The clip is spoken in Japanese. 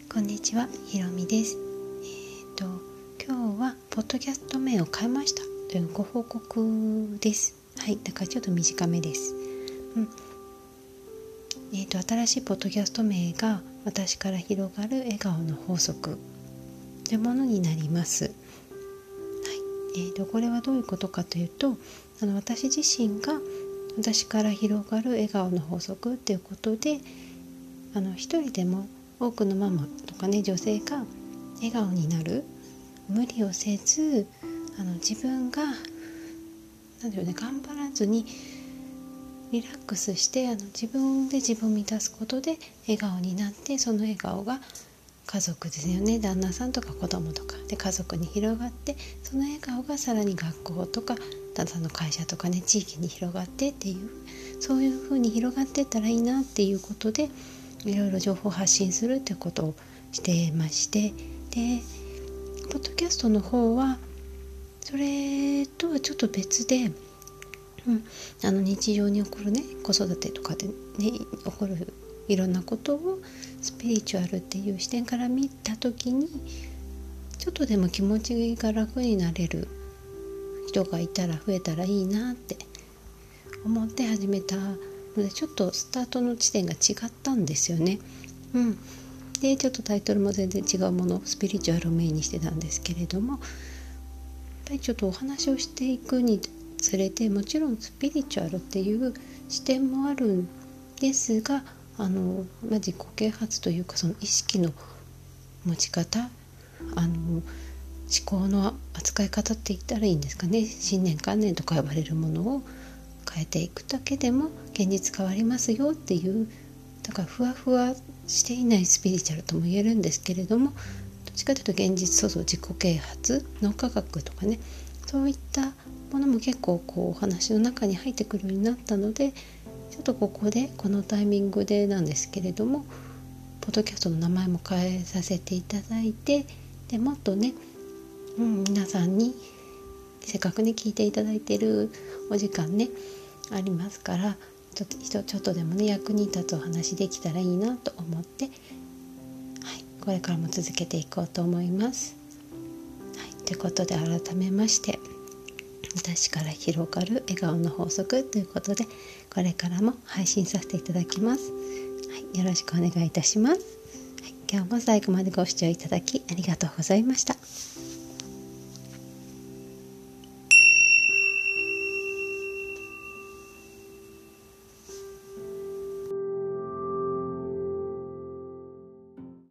こんにちは、ひろみです。今日はポッドキャスト名を変えましたというご報告です。はい、だからちょっと短めです。新しいポッドキャスト名が私から広がる笑顔の法則というものになります。はい、これはどういうことかというと、私自身が私から広がる笑顔の法則ということで、一人でも多くのママとかね、女性が笑顔になる、無理をせず自分が頑張らずにリラックスして自分で自分を満たすことで笑顔になって、その笑顔が家族ですよね、旦那さんとか子供とかで家族に広がって、その笑顔がさらに学校とか旦那さんの会社とかね、地域に広がってっていう、そういう風に広がっていったらいいなっていうことで、いろいろ情報発信するということをしてまして、でポッドキャストの方はそれとはちょっと別で、日常に起こるね、子育てとかでね起こるいろんなことをスピリチュアルっていう視点から見た時に、ちょっとでも気持ちが楽になれる人がいたら増えたらいいなって思って始めたので、ちょっとスタートの地点が違ったんですよね。でちょっとタイトルも全然違うもの、スピリチュアルをメインにしてたんですけれども、やっぱりちょっとお話をしていくにつれて、もちろんスピリチュアルっていう視点もあるんですが、自己啓発というか、その意識の持ち方、思考の扱い方って言ったらいいんですかね、信念観念とか呼ばれるものを変えていくだけでも現実変わりますよっていう、だからふわふわしていないスピリチュアルとも言えるんですけれども、どっちかというと現実創造、自己啓発、脳科学とかね、そういったものも結構お話の中に入ってくるようになったので、ちょっとここでこのタイミングでなんですけれども、ポッドキャストの名前も変えさせていただいて、でもっとね、皆さんにせっかくね聞いていただいているお時間ねありますから、ちょっとでもね役に立つお話できたらいいなと思って、これからも続けていこうと思います。ということで、改めまして私から広がる笑顔の法則ということで、これからも配信させていただきます。よろしくお願いいたします。今日も最後までご視聴いただきありがとうございました。